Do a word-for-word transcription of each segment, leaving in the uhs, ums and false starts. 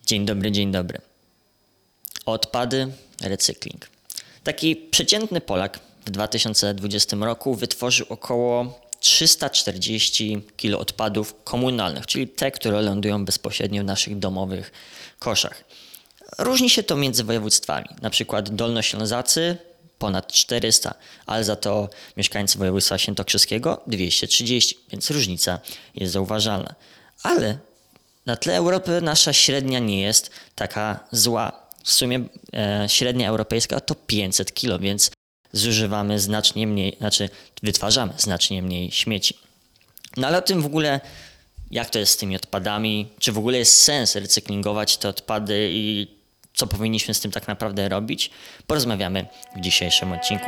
Dzień dobry, dzień dobry. Odpady, recykling. Taki przeciętny Polak w dwa tysiące dwudziestym roku wytworzył około trzysta czterdzieści kilo odpadów komunalnych, czyli te, które lądują bezpośrednio w naszych domowych koszach. Różni się to między województwami. Na przykład dolnoślązacy ponad czterysta, ale za to mieszkańcy województwa świętokrzyskiego dwieście trzydzieści, więc różnica jest zauważalna. Ale na tle Europy nasza średnia nie jest taka zła. W sumie e, średnia europejska to pięćset kilo, więc zużywamy znacznie mniej, znaczy wytwarzamy znacznie mniej śmieci. No ale o tym w ogóle, jak to jest z tymi odpadami, czy w ogóle jest sens recyklingować te odpady i co powinniśmy z tym tak naprawdę robić, porozmawiamy w dzisiejszym odcinku.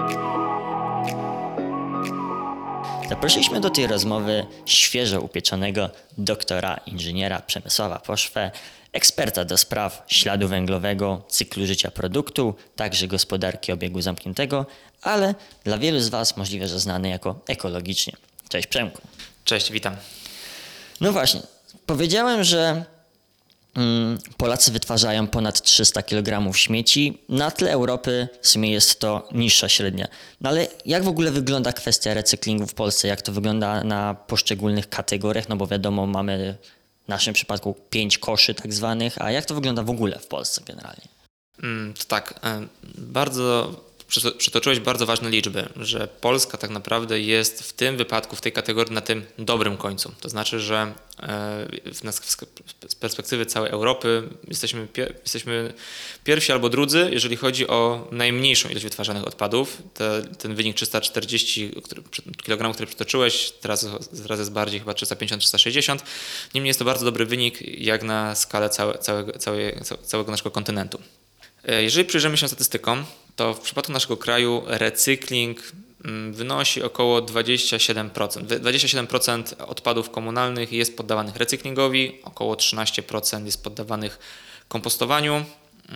Zaprosiliśmy do tej rozmowy świeżo upieczonego doktora inżyniera Przemysława Poszwę, eksperta do spraw śladu węglowego, cyklu życia produktu, także gospodarki obiegu zamkniętego, ale dla wielu z Was możliwe, że znany jako ekologicznie. Cześć Przemku. Cześć, witam. No właśnie, powiedziałem, że mm, Polacy wytwarzają ponad trzysta kilogramów śmieci. Na tle Europy w sumie jest to niższa średnia. No ale jak w ogóle wygląda kwestia recyklingu w Polsce? Jak to wygląda na poszczególnych kategoriach? No bo wiadomo, mamy w naszym przypadku pięć koszy tak zwanych, a jak to wygląda w ogóle w Polsce generalnie? Mm, to tak, bardzo przytoczyłeś bardzo ważne liczby, że Polska tak naprawdę jest w tym wypadku, w tej kategorii na tym dobrym końcu. To znaczy, że w nas, z perspektywy całej Europy jesteśmy, jesteśmy pierwsi albo drudzy, jeżeli chodzi o najmniejszą ilość wytwarzanych odpadów. Te, ten wynik trzysta czterdzieści kilogramów, który przytoczyłeś, teraz, teraz jest bardziej chyba trzysta pięćdziesiąt trzysta sześćdziesiąt. Niemniej jest to bardzo dobry wynik jak na skalę całe, całego, całej, całego naszego kontynentu. Jeżeli przyjrzymy się statystykom, to w przypadku naszego kraju recykling wynosi około dwadzieścia siedem procent. dwadzieścia siedem procent odpadów komunalnych jest poddawanych recyklingowi, około trzynaście procent jest poddawanych kompostowaniu,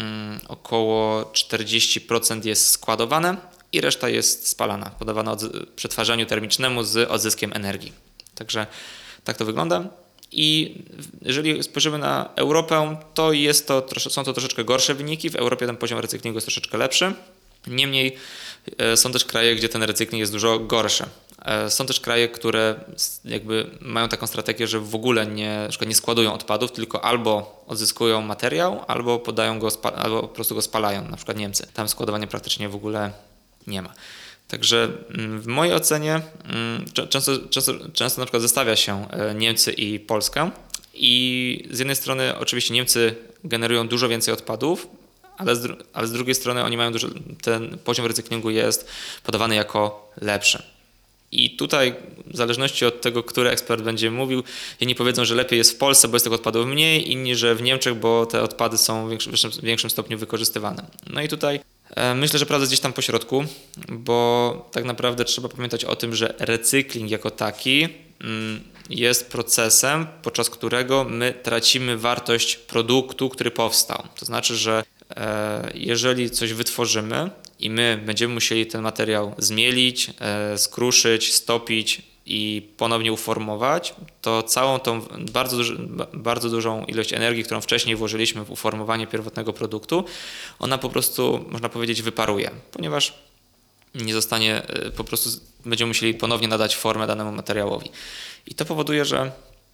około czterdzieści procent jest składowane i reszta jest spalana, poddawana przetwarzaniu termicznemu z odzyskiem energii. Także tak to wygląda. I jeżeli spojrzymy na Europę, to, jest to są to troszeczkę gorsze wyniki. W Europie ten poziom recyklingu jest troszeczkę lepszy. Niemniej są też kraje, gdzie ten recykling jest dużo gorszy. Są też kraje, które jakby mają taką strategię, że w ogóle nie, na przykład nie składują odpadów, tylko albo odzyskują materiał, albo podają go, albo po prostu go spalają. Na przykład Niemcy. Tam składowania praktycznie w ogóle nie ma. Także w mojej ocenie często, często, często na przykład zestawia się Niemcy i Polskę i z jednej strony oczywiście Niemcy generują dużo więcej odpadów, ale z, dru- ale z drugiej strony oni mają dużo, ten poziom recyklingu jest podawany jako lepszy. I tutaj w zależności od tego, który ekspert będzie mówił, jedni powiedzą, że lepiej jest w Polsce, bo jest tych odpadów mniej, inni, że w Niemczech, bo te odpady są w większym, w większym stopniu wykorzystywane. No i tutaj myślę, że prawda jest gdzieś tam po środku, bo tak naprawdę trzeba pamiętać o tym, że recykling jako taki jest procesem, podczas którego my tracimy wartość produktu, który powstał. To znaczy, że jeżeli coś wytworzymy i my będziemy musieli ten materiał zmielić, skruszyć, stopić i ponownie uformować, to całą tą bardzo, duży, bardzo dużą ilość energii, którą wcześniej włożyliśmy w uformowanie pierwotnego produktu, ona po prostu, można powiedzieć, wyparuje, ponieważ nie zostanie, po prostu będziemy musieli ponownie nadać formę danemu materiałowi. I to powoduje, że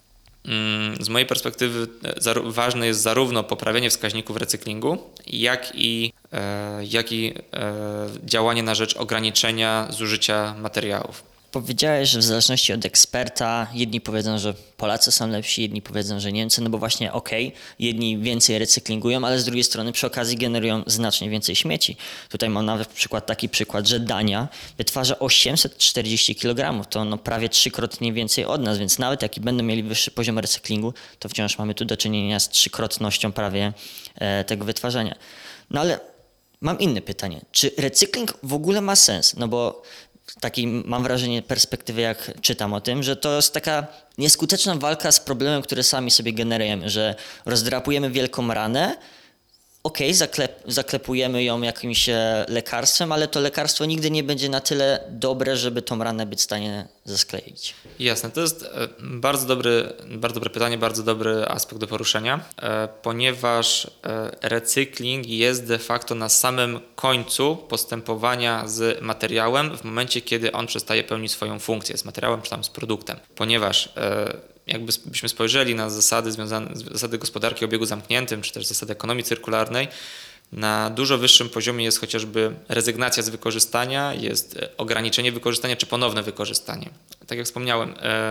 z mojej perspektywy ważne jest zarówno poprawienie wskaźników recyklingu, jak i, jak i działanie na rzecz ograniczenia zużycia materiałów. Powiedziałeś, że w zależności od eksperta, jedni powiedzą, że Polacy są lepsi, jedni powiedzą, że Niemcy, no bo właśnie okej, okay, jedni więcej recyklingują, ale z drugiej strony przy okazji generują znacznie więcej śmieci. Tutaj mam nawet przykład, taki przykład, że Dania wytwarza osiemset czterdzieści kilogramów, to no prawie trzykrotnie więcej od nas, więc nawet jak będą mieli wyższy poziom recyklingu, to wciąż mamy tu do czynienia z trzykrotnością prawie e, tego wytwarzania. No ale mam inne pytanie, czy recykling w ogóle ma sens? No bo takiej mam wrażenie perspektywy, jak czytam o tym, że to jest taka nieskuteczna walka z problemem, który sami sobie generujemy, że rozdrapujemy wielką ranę, okej, zaklep, zaklepujemy ją jakimś e, lekarstwem, ale to lekarstwo nigdy nie będzie na tyle dobre, żeby tą ranę być w stanie zaskleić. Jasne, to jest e, bardzo dobry, bardzo dobre pytanie, bardzo dobry aspekt do poruszenia, e, ponieważ e, recykling jest de facto na samym końcu postępowania z materiałem w momencie, kiedy on przestaje pełnić swoją funkcję z materiałem czy tam z produktem, ponieważ e, jakbyśmy spojrzeli na zasady związane, zasady gospodarki o obiegu zamkniętym, czy też zasady ekonomii cyrkularnej, na dużo wyższym poziomie jest chociażby rezygnacja z wykorzystania, jest ograniczenie wykorzystania czy ponowne wykorzystanie. Tak jak wspomniałem,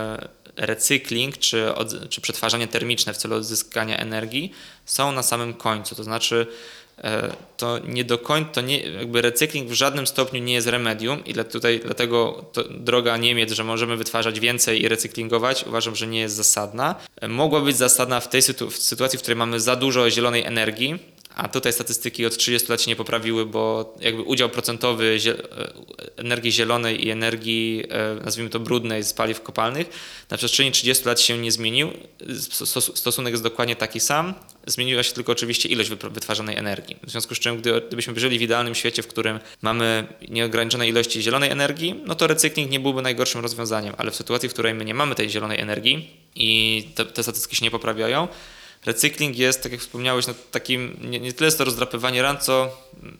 recykling czy, od, czy przetwarzanie termiczne w celu odzyskania energii są na samym końcu, to znaczy to nie do końca, to nie, jakby recykling w żadnym stopniu nie jest remedium i dla, tutaj, dlatego to droga Niemiec, że możemy wytwarzać więcej i recyklingować, uważam, że nie jest zasadna. Mogła być zasadna w tej sytu, w sytuacji, w której mamy za dużo zielonej energii, a tutaj statystyki od trzydziestu lat się nie poprawiły, bo jakby udział procentowy energii zielonej i energii, nazwijmy to brudnej, z paliw kopalnych na przestrzeni trzydziestu lat się nie zmienił. Stosunek jest dokładnie taki sam. Zmieniła się tylko oczywiście ilość wytwarzanej energii. W związku z czym, gdy, gdybyśmy żyli w idealnym świecie, w którym mamy nieograniczone ilości zielonej energii, no to recykling nie byłby najgorszym rozwiązaniem, ale w sytuacji, w której my nie mamy tej zielonej energii i te, te statystyki się nie poprawiają, recykling jest, tak jak wspomniałeś, no takim, nie, nie tyle jest to rozdrapywanie ran, co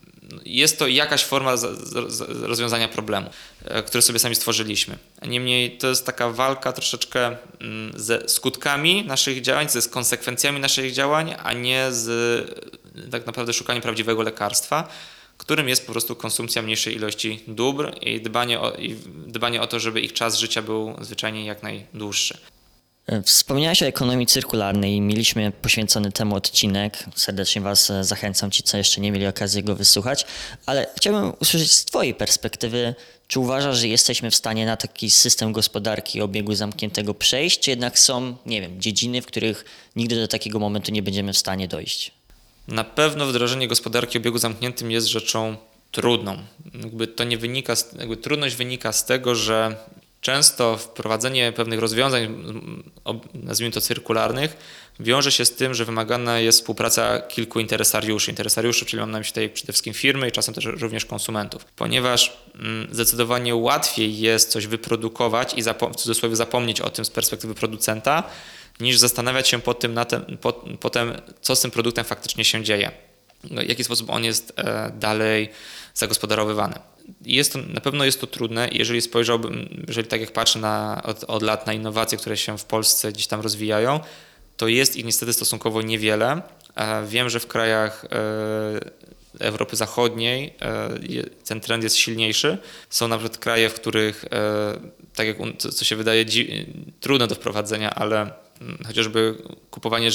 jest to jakaś forma z, z, rozwiązania problemu, który sobie sami stworzyliśmy. Niemniej to jest taka walka troszeczkę ze skutkami naszych działań, ze z konsekwencjami naszych działań, a nie z tak naprawdę szukaniem prawdziwego lekarstwa, którym jest po prostu konsumpcja mniejszej ilości dóbr i dbanie o, i dbanie o to, żeby ich czas życia był zwyczajnie jak najdłuższy. Wspomniałeś o ekonomii cyrkularnej i mieliśmy poświęcony temu odcinek. Serdecznie Was zachęcam, ci co jeszcze nie mieli okazji go wysłuchać, ale chciałbym usłyszeć z Twojej perspektywy, czy uważasz, że jesteśmy w stanie na taki system gospodarki obiegu zamkniętego przejść, czy jednak są, nie wiem, dziedziny, w których nigdy do takiego momentu nie będziemy w stanie dojść? Na pewno wdrożenie gospodarki o obiegu zamkniętym jest rzeczą trudną. Jakby to nie wynika, z, jakby trudność wynika z tego, że często wprowadzenie pewnych rozwiązań, nazwijmy to cyrkularnych, wiąże się z tym, że wymagana jest współpraca kilku interesariuszy. Interesariuszy, czyli mam na myśli tutaj przede wszystkim firmy i czasem też również konsumentów. Ponieważ zdecydowanie łatwiej jest coś wyprodukować i zapom- w cudzysłowie zapomnieć o tym z perspektywy producenta, niż zastanawiać się potem, na tem, po, potem, co z tym produktem faktycznie się dzieje. W jaki sposób on jest e, dalej zagospodarowywany. Jest to, na pewno jest to trudne, jeżeli spojrzałbym, jeżeli tak jak patrzę na, od, od lat na innowacje, które się w Polsce gdzieś tam rozwijają, to jest ich niestety stosunkowo niewiele. E, wiem, że w krajach e, Europy Zachodniej e, ten trend jest silniejszy. Są na przykład kraje, w których, e, tak jak co, co się wydaje dzi- trudne do wprowadzenia, ale chociażby kupowanie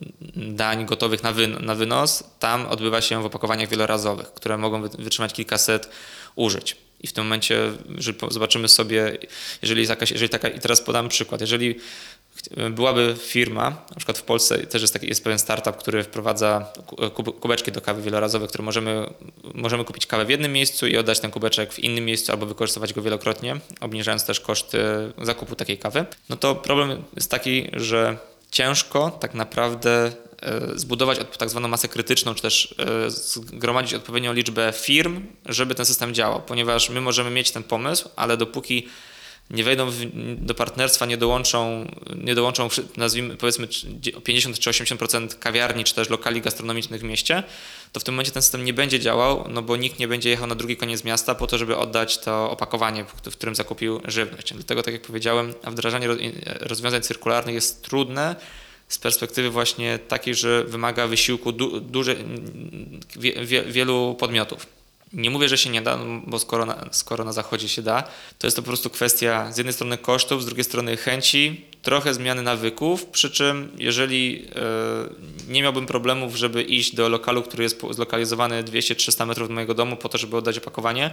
dań gotowych na, wy, na wynos, tam odbywa się w opakowaniach wielorazowych, które mogą wytrzymać kilkaset użyć. I w tym momencie, jeżeli zobaczymy sobie, jeżeli jest jakaś, jeżeli taka, i teraz podam przykład, jeżeli byłaby firma, na przykład w Polsce też jest, taki, jest pewien startup, który wprowadza kubeczki do kawy wielorazowe, które możemy, możemy kupić kawę w jednym miejscu i oddać ten kubeczek w innym miejscu albo wykorzystywać go wielokrotnie, obniżając też koszty zakupu takiej kawy, no to problem jest taki, że ciężko tak naprawdę zbudować tak zwaną masę krytyczną, czy też zgromadzić odpowiednią liczbę firm, żeby ten system działał, ponieważ my możemy mieć ten pomysł, ale dopóki nie wejdą w, do partnerstwa, nie dołączą, nie dołączą, nazwijmy, powiedzmy pięćdziesiąt czy osiemdziesiąt procent kawiarni, czy też lokali gastronomicznych w mieście, to w tym momencie ten system nie będzie działał, no bo nikt nie będzie jechał na drugi koniec miasta po to, żeby oddać to opakowanie, w którym zakupił żywność. Dlatego, tak jak powiedziałem, wdrażanie rozwiązań cyrkularnych jest trudne z perspektywy właśnie takiej, że wymaga wysiłku du, duże, wie, wie, wielu podmiotów. Nie mówię, że się nie da, bo skoro na, skoro na zachodzie się da, to jest to po prostu kwestia z jednej strony kosztów, z drugiej strony chęci, trochę zmiany nawyków, przy czym jeżeli e, nie miałbym problemów, żeby iść do lokalu, który jest zlokalizowany dwieście trzysta metrów od mojego domu po to, żeby oddać opakowanie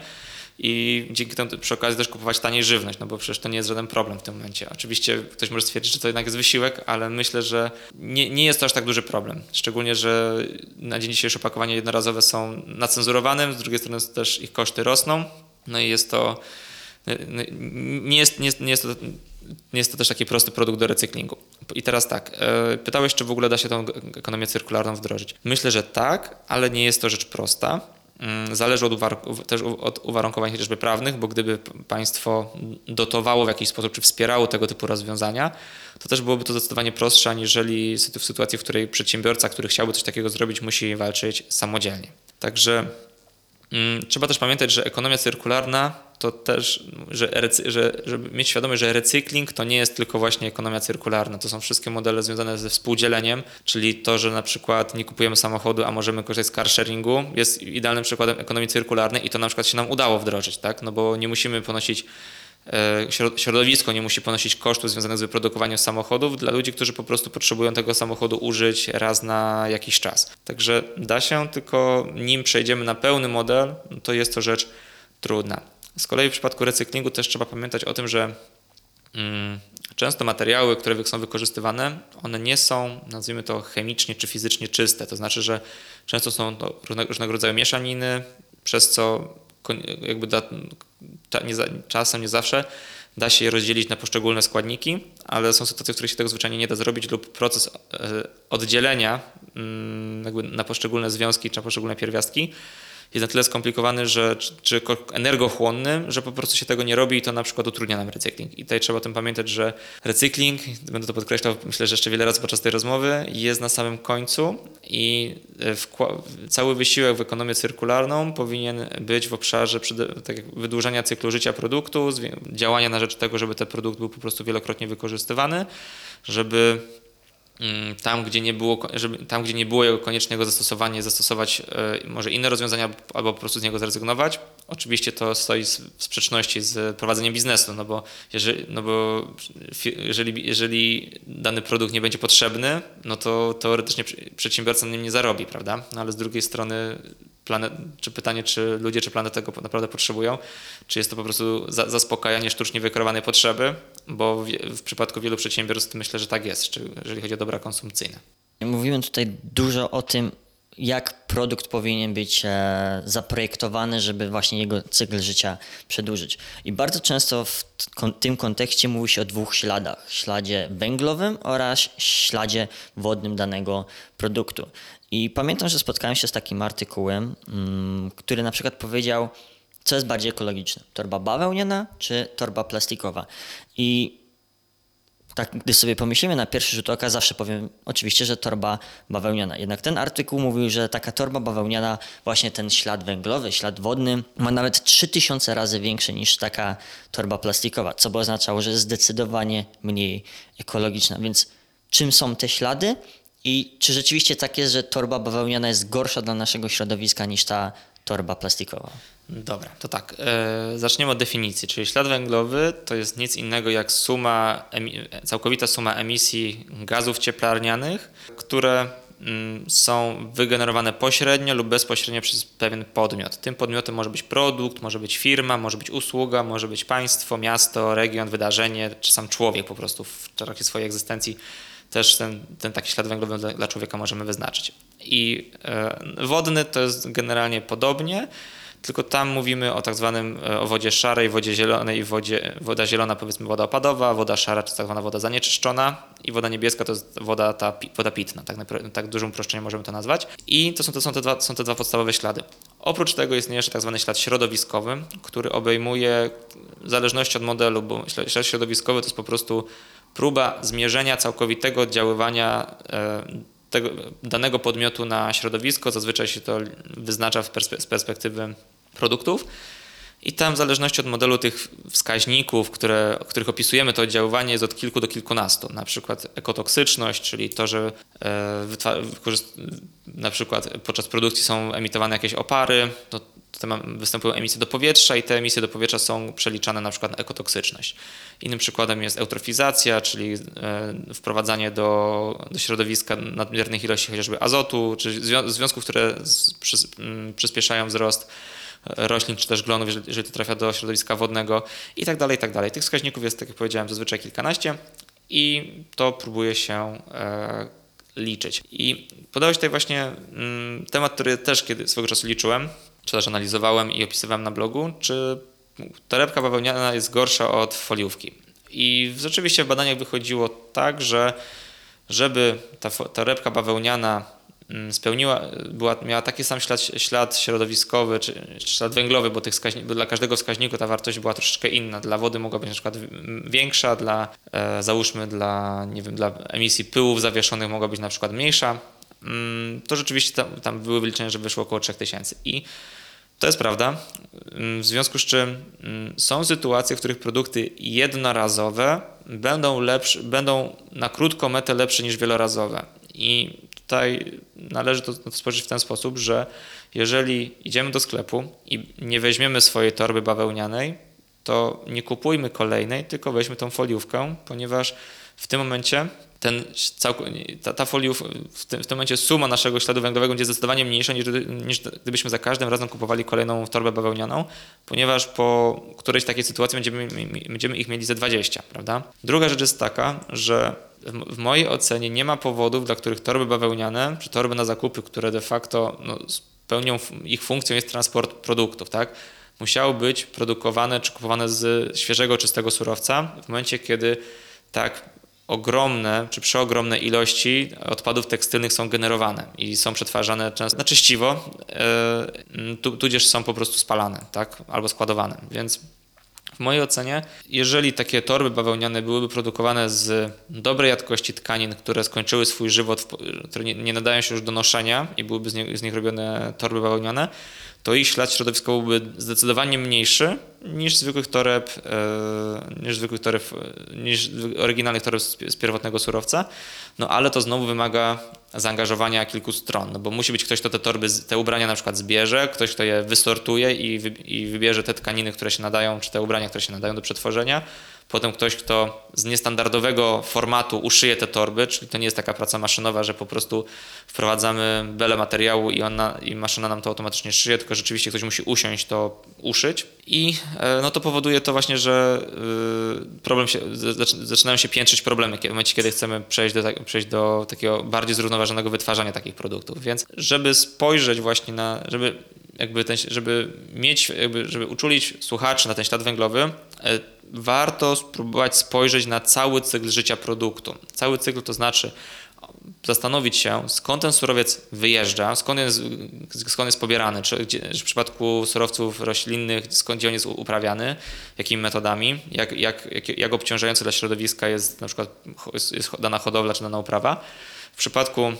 i dzięki temu przy okazji też kupować taniej żywność, no bo przecież to nie jest żaden problem w tym momencie. Oczywiście ktoś może stwierdzić, że to jednak jest wysiłek, ale myślę, że nie, nie jest to aż tak duży problem. Szczególnie, że na dzień dzisiejszy opakowania jednorazowe są nacenzurowane, z drugiej strony też ich koszty rosną, no i jest to nie jest, nie jest, nie jest to nie jest to też taki prosty produkt do recyklingu. I teraz tak, pytałeś, czy w ogóle da się tą ekonomię cyrkularną wdrożyć. Myślę, że tak, ale nie jest to rzecz prosta. Zależy od, uwar- też od uwarunkowań chociażby prawnych, bo gdyby państwo dotowało w jakiś sposób, czy wspierało tego typu rozwiązania, to też byłoby to zdecydowanie prostsze, aniżeli w sytuacji, w której przedsiębiorca, który chciałby coś takiego zrobić, musi walczyć samodzielnie. Także hmm, trzeba też pamiętać, że ekonomia cyrkularna to też, że, recy- że żeby mieć świadomość, że recykling to nie jest tylko właśnie ekonomia cyrkularna. To są wszystkie modele związane ze współdzieleniem, czyli to, że na przykład nie kupujemy samochodu, a możemy korzystać z car sharingu, jest idealnym przykładem ekonomii cyrkularnej i to na przykład się nam udało wdrożyć, tak? No bo nie musimy ponosić, środowisko nie musi ponosić kosztów związanych z wyprodukowaniem samochodów dla ludzi, którzy po prostu potrzebują tego samochodu użyć raz na jakiś czas. Także da się, tylko nim przejdziemy na pełny model, to jest to rzecz trudna. Z kolei w przypadku recyklingu też trzeba pamiętać o tym, że mm, często materiały, które są wykorzystywane, one nie są, nazwijmy to, chemicznie czy fizycznie czyste. To znaczy, że często są to różne, różnego rodzaju mieszaniny, przez co jakby da, ta, nie, czasem, nie zawsze da się je rozdzielić na poszczególne składniki, ale są sytuacje, w których się tego zwyczajnie nie da zrobić lub proces oddzielenia mm, jakby na poszczególne związki czy na poszczególne pierwiastki jest na tyle skomplikowany, że, czy, czy energochłonny, że po prostu się tego nie robi i to na przykład utrudnia nam recykling. I tutaj trzeba o tym pamiętać, że recykling, będę to podkreślał, myślę, że jeszcze wiele razy podczas tej rozmowy, jest na samym końcu i wkła- cały wysiłek w ekonomię cyrkularną powinien być w obszarze tak jak wydłużania cyklu życia produktu, działania na rzecz tego, żeby ten produkt był po prostu wielokrotnie wykorzystywany, żeby Tam gdzie, nie było, żeby, tam, gdzie nie było jego koniecznego zastosowania, zastosować y, może inne rozwiązania albo po prostu z niego zrezygnować. Oczywiście to stoi w sprzeczności z prowadzeniem biznesu, no bo, jeżeli, no bo jeżeli, jeżeli dany produkt nie będzie potrzebny, no to teoretycznie przedsiębiorca na nim nie zarobi, prawda? No ale z drugiej strony planet, czy pytanie, czy ludzie, czy planet tego naprawdę potrzebują, czy jest to po prostu za, zaspokajanie sztucznie wykreowanej potrzeby, bo w, w przypadku wielu przedsiębiorstw myślę, że tak jest, czy, jeżeli chodzi o dobra konsumpcyjne. Mówimy tutaj dużo o tym, jak produkt powinien być e, zaprojektowany, żeby właśnie jego cykl życia przedłużyć. I bardzo często w t- tym kontekście mówi się o dwóch śladach. Śladzie węglowym oraz śladzie wodnym danego produktu. I pamiętam, że spotkałem się z takim artykułem, mm, który na przykład powiedział, co jest bardziej ekologiczne. Torba bawełniana czy torba plastikowa. I tak, gdy sobie pomyślimy na pierwszy rzut oka, zawsze powiem oczywiście, że torba bawełniana. Jednak ten artykuł mówił, że taka torba bawełniana, właśnie ten ślad węglowy, ślad wodny, ma nawet trzy tysiące razy większy niż taka torba plastikowa, co by oznaczało, że jest zdecydowanie mniej ekologiczna. Więc czym są te ślady i czy rzeczywiście tak jest, że torba bawełniana jest gorsza dla naszego środowiska niż ta torba plastikowa? Dobra, to tak. E, zaczniemy od definicji. Czyli ślad węglowy to jest nic innego jak suma, emi- całkowita suma emisji gazów cieplarnianych, które mm, są wygenerowane pośrednio lub bezpośrednio przez pewien podmiot. Tym podmiotem może być produkt, może być firma, może być usługa, może być państwo, miasto, region, wydarzenie, czy sam człowiek po prostu w trakcie swojej egzystencji. Też ten, ten taki ślad węglowy dla, dla człowieka możemy wyznaczyć. I e, wodny to jest generalnie podobnie, tylko tam mówimy o tak zwanym o wodzie szarej, wodzie zielonej i wodzie, woda zielona powiedzmy woda opadowa, woda szara to tak zwana woda zanieczyszczona i woda niebieska to jest woda, ta, woda pitna, tak, tak dużym uproszczeniem możemy to nazwać. I to są, to są, te dwa, są te dwa podstawowe ślady. Oprócz tego istnieje jeszcze tak zwany ślad środowiskowy, który obejmuje, w zależności od modelu, bo ślad środowiskowy to jest po prostu próba zmierzenia całkowitego oddziaływania e, tego, danego podmiotu na środowisko. Zazwyczaj się to wyznacza w perspe- z perspektywy produktów i tam w zależności od modelu tych wskaźników, które, których opisujemy to oddziaływanie jest od kilku do kilkunastu. Na przykład ekotoksyczność, czyli to, że e, wytwa- wykorzyst- na przykład podczas produkcji są emitowane jakieś opary, to Tutaj występują emisje do powietrza i te emisje do powietrza są przeliczane na przykład na ekotoksyczność. Innym przykładem jest eutrofizacja, czyli wprowadzanie do, do środowiska nadmiernych ilości chociażby azotu, czy związków, które przyspieszają wzrost roślin czy też glonów, jeżeli, jeżeli to trafia do środowiska wodnego i tak dalej, i tak dalej. Tych wskaźników jest, tak jak powiedziałem, zazwyczaj kilkanaście i to próbuje się e, liczyć. I podałeś tutaj właśnie mm, temat, który też kiedy swego czasu liczyłem, czy też analizowałem i opisywałem na blogu, czy torebka bawełniana jest gorsza od foliówki. I rzeczywiście w badaniach wychodziło tak, że żeby ta, ta repka bawełniana spełniła, była, miała taki sam ślad, ślad środowiskowy czy ślad węglowy, bo tych wskaźni- bo dla każdego wskaźniku ta wartość była troszeczkę inna. Dla wody mogła być na przykład większa, dla e, załóżmy dla, nie wiem, dla emisji pyłów zawieszonych mogła być na przykład mniejsza. To rzeczywiście tam, tam były wyliczenia, że wyszło około trzy tysiące. I to jest prawda, w związku z czym są sytuacje, w których produkty jednorazowe będą, lepsze, będą na krótką metę lepsze niż wielorazowe. I tutaj należy to, to spojrzeć w ten sposób, że jeżeli idziemy do sklepu i nie weźmiemy swojej torby bawełnianej, to nie kupujmy kolejnej, tylko weźmy tą foliówkę, ponieważ w tym momencie ten ta, ta foliów, w tym, w tym momencie suma naszego śladu węglowego będzie zdecydowanie mniejsza niż, niż gdybyśmy za każdym razem kupowali kolejną torbę bawełnianą, ponieważ po którejś takiej sytuacji będziemy, będziemy ich mieli ze dwadzieścia, prawda? Druga rzecz jest taka, że w mojej ocenie nie ma powodów, dla których torby bawełniane, czy torby na zakupy, które de facto no, spełnią, ich funkcją jest transport produktów, tak? Musiały być produkowane czy kupowane z świeżego, czystego surowca w momencie, kiedy tak ogromne czy przeogromne ilości odpadów tekstylnych są generowane i są przetwarzane często na czyściwo, yy, tudzież są po prostu spalane, tak? Albo składowane. Więc w mojej ocenie, jeżeli takie torby bawełniane byłyby produkowane z dobrej jakości tkanin, które skończyły swój żywot, które nie, nie nadają się już do noszenia i byłyby z nich, z nich robione torby bawełniane, to ich ślad środowiskowy byłby zdecydowanie mniejszy niż zwykłych toreb, yy, niż zwykłych toreb, niż oryginalnych toreb z, z pierwotnego surowca, no ale to znowu wymaga zaangażowania kilku stron, no bo musi być ktoś, kto te torby, te ubrania na przykład zbierze, ktoś, kto je wysortuje i, wy, i wybierze te tkaniny, które się nadają, czy te ubrania, które się nadają do przetworzenia. Potem ktoś, kto z niestandardowego formatu uszyje te torby, czyli to nie jest taka praca maszynowa, że po prostu wprowadzamy belę materiału i, ona, i maszyna nam to automatycznie szyje, tylko rzeczywiście ktoś musi usiąść to uszyć. I no to powoduje to właśnie, że problem się, zaczynają się piętrzyć problemy w momencie, kiedy chcemy przejść do, przejść do takiego bardziej zrównoważonego wytwarzania takich produktów. Więc żeby spojrzeć właśnie na, żeby jakby ten, żeby mieć, jakby, żeby uczulić słuchaczy na ten ślad węglowy, warto spróbować spojrzeć na cały cykl życia produktu. Cały cykl to znaczy zastanowić się, skąd ten surowiec wyjeżdża, skąd jest, skąd jest pobierany, czy gdzie, w przypadku surowców roślinnych, skąd gdzie on jest uprawiany, jakimi metodami, jak, jak, jak, jak obciążające dla środowiska jest na przykład jest, jest dana hodowla czy dana uprawa. W przypadku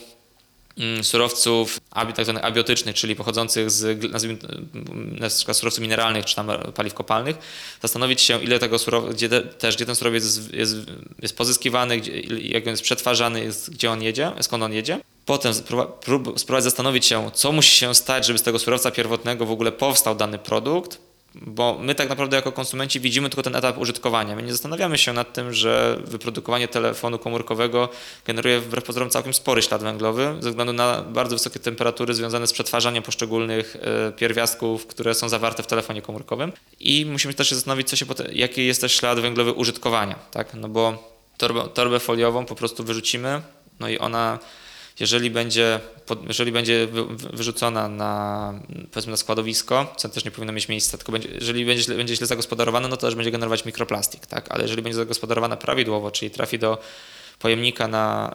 surowców tak zwanych abiotycznych, czyli pochodzących z, nazwijmy, na przykład surowców mineralnych czy tam paliw kopalnych, zastanowić się, ile tego surowca, gdzie te, też gdzie ten surowiec jest, jest, jest pozyskiwany, gdzie, jak on jest przetwarzany, jest, gdzie on jedzie, skąd on jedzie. Potem spróbować zastanowić się, co musi się stać, żeby z tego surowca pierwotnego w ogóle powstał dany produkt, bo my tak naprawdę jako konsumenci widzimy tylko ten etap użytkowania. My nie zastanawiamy się nad tym, że wyprodukowanie telefonu komórkowego generuje wbrew pozorom całkiem spory ślad węglowy ze względu na bardzo wysokie temperatury związane z przetwarzaniem poszczególnych pierwiastków, które są zawarte w telefonie komórkowym. I musimy też się zastanowić, co się potem, jaki jest też ślad węglowy użytkowania, tak? No bo torbę, torbę foliową po prostu wyrzucimy, no i ona Jeżeli będzie, jeżeli będzie wyrzucona na, powiedzmy, na składowisko, co też nie powinno mieć miejsca, tylko będzie, jeżeli będzie źle, będzie źle zagospodarowane, no to też będzie generować mikroplastik, tak? Ale jeżeli będzie zagospodarowana prawidłowo, czyli trafi do pojemnika na,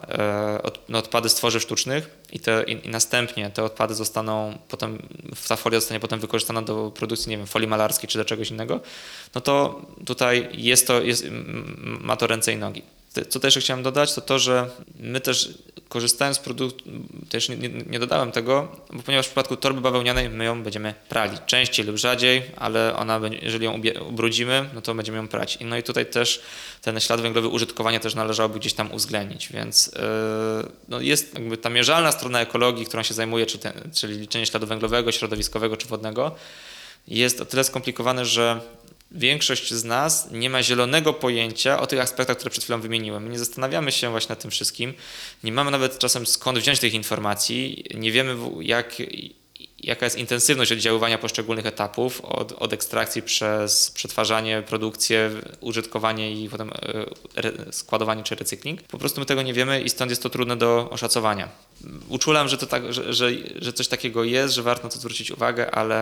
na odpady z tworzyw sztucznych i, te, i, i następnie te odpady zostaną potem, ta folia zostanie potem wykorzystana do produkcji, nie wiem, folii malarskiej czy do czegoś innego, no to tutaj jest to, jest, ma to ręce i nogi. Co też chciałem dodać, to to, że my też korzystając z produktu, też nie, nie, nie dodałem tego, bo ponieważ w przypadku torby bawełnianej my ją będziemy prali częściej lub rzadziej, ale ona, jeżeli ją ubrudzimy, no to będziemy ją prać. No i tutaj też ten ślad węglowy użytkowania też należałoby gdzieś tam uwzględnić, więc yy, no jest jakby ta mierzalna strona ekologii, którą się zajmuje, czyli, ten, czyli liczenie śladu węglowego, środowiskowego czy wodnego, jest o tyle skomplikowane, że większość z nas nie ma zielonego pojęcia o tych aspektach, które przed chwilą wymieniłem. My nie zastanawiamy się właśnie nad tym wszystkim, nie mamy nawet czasem skąd wziąć tych informacji, nie wiemy jak, jaka jest intensywność oddziaływania poszczególnych etapów, od, od ekstrakcji przez przetwarzanie, produkcję, użytkowanie i potem re, składowanie czy recykling. Po prostu my tego nie wiemy i stąd jest to trudne do oszacowania. Uczulam, że, to tak, że, że, że coś takiego jest, że warto na to zwrócić uwagę, ale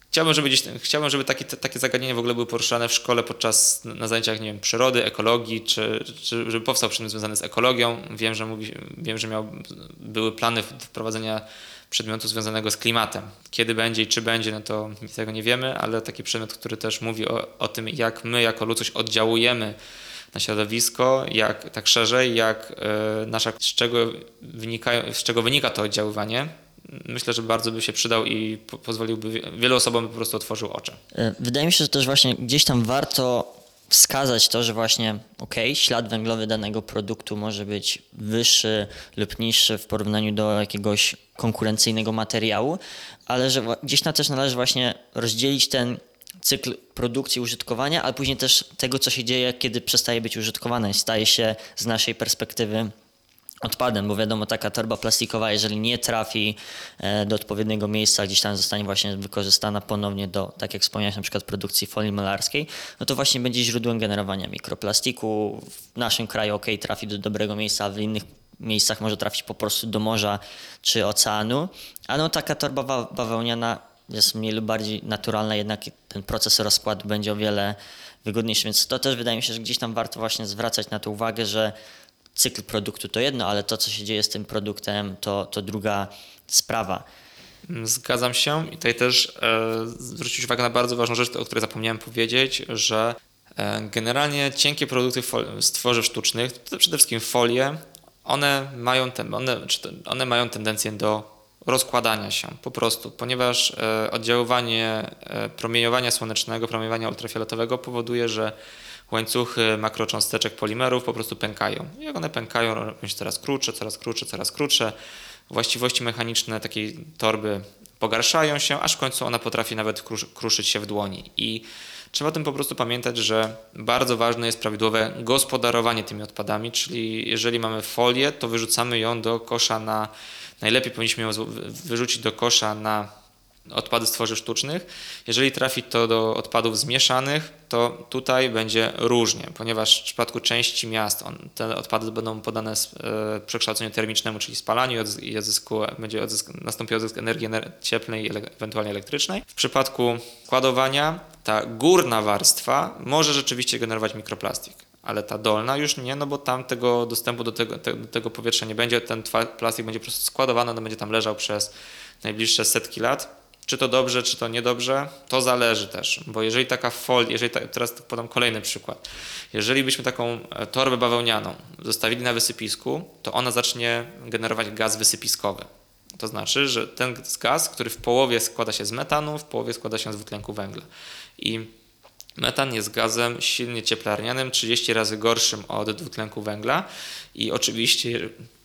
Chciałbym, żeby gdzieś, chciałbym, żeby takie, takie zagadnienia w ogóle były poruszane w szkole podczas na zajęciach, nie wiem, przyrody, ekologii, czy, czy żeby powstał przedmiot związany z ekologią. Wiem, że mówi, wiem, że miał, były plany wprowadzenia przedmiotu związanego z klimatem. Kiedy będzie i czy będzie, no to tego nie wiemy, ale taki przedmiot, który też mówi o, o tym, jak my jako ludzkość oddziałujemy na środowisko, jak tak szerzej, jak y, nasza, z czego wynikają, z czego wynika to oddziaływanie. Myślę, że bardzo by się przydał i po- pozwoliłby wielu osobom by po prostu otworzył oczy. Wydaje mi się, że też właśnie gdzieś tam warto wskazać to, że właśnie okej, ślad węglowy danego produktu może być wyższy lub niższy w porównaniu do jakiegoś konkurencyjnego materiału, ale że gdzieś tam też należy właśnie rozdzielić ten cykl produkcji, użytkowania, ale później też tego, co się dzieje, kiedy przestaje być użytkowane i staje się z naszej perspektywy odpadem, bo wiadomo, taka torba plastikowa, jeżeli nie trafi do odpowiedniego miejsca, gdzieś tam zostanie właśnie wykorzystana ponownie do, tak jak wspomniałeś, na przykład produkcji folii malarskiej, no to właśnie będzie źródłem generowania mikroplastiku. W naszym kraju ok, trafi do dobrego miejsca, a w innych miejscach może trafić po prostu do morza czy oceanu, a no taka torba ba- bawełniana jest mniej lub bardziej naturalna, jednak ten proces rozkładu będzie o wiele wygodniejszy, więc to też wydaje mi się, że gdzieś tam warto właśnie zwracać na to uwagę, że cykl produktu to jedno, ale to, co się dzieje z tym produktem, to, to druga sprawa. Zgadzam się i tutaj też e, zwrócić uwagę na bardzo ważną rzecz, o której zapomniałem powiedzieć, że e, generalnie cienkie produkty fol- z tworzyw sztucznych, to przede wszystkim folie, one mają, ten, one, czy to, one mają tendencję do rozkładania się po prostu, ponieważ e, oddziaływanie e, promieniowania słonecznego, promieniowania ultrafioletowego powoduje, że łańcuchy makrocząsteczek polimerów po prostu pękają. I jak one pękają, robią się coraz krótsze, coraz krótsze, coraz krótsze. Właściwości mechaniczne takiej torby pogarszają się, aż w końcu ona potrafi nawet krusz, kruszyć się w dłoni. I trzeba o tym po prostu pamiętać, że bardzo ważne jest prawidłowe gospodarowanie tymi odpadami, czyli jeżeli mamy folię, to wyrzucamy ją do kosza na, najlepiej powinniśmy ją wyrzucić do kosza na odpady z tworzyw sztucznych. Jeżeli trafi to do odpadów zmieszanych, to tutaj będzie różnie, ponieważ w przypadku części miast on, te odpady będą podane z, e, przekształceniu termicznemu, czyli spalaniu i odzysku, będzie odzysk, nastąpi odzysk energii ener- cieplnej i ele- ewentualnie elektrycznej. W przypadku składowania ta górna warstwa może rzeczywiście generować mikroplastik, ale ta dolna już nie, no bo tam tego dostępu do tego, te, do tego powietrza nie będzie, ten plastik będzie po prostu składowany, on będzie tam leżał przez najbliższe setki lat. Czy to dobrze, czy to niedobrze, to zależy też, bo jeżeli taka folia, jeżeli ta, teraz podam kolejny przykład, jeżeli byśmy taką torbę bawełnianą zostawili na wysypisku, to ona zacznie generować gaz wysypiskowy. To znaczy, że ten gaz, który w połowie składa się z metanu, w połowie składa się z dwutlenku węgla. I metan jest gazem silnie cieplarnianym, trzydzieści razy gorszym od dwutlenku węgla i oczywiście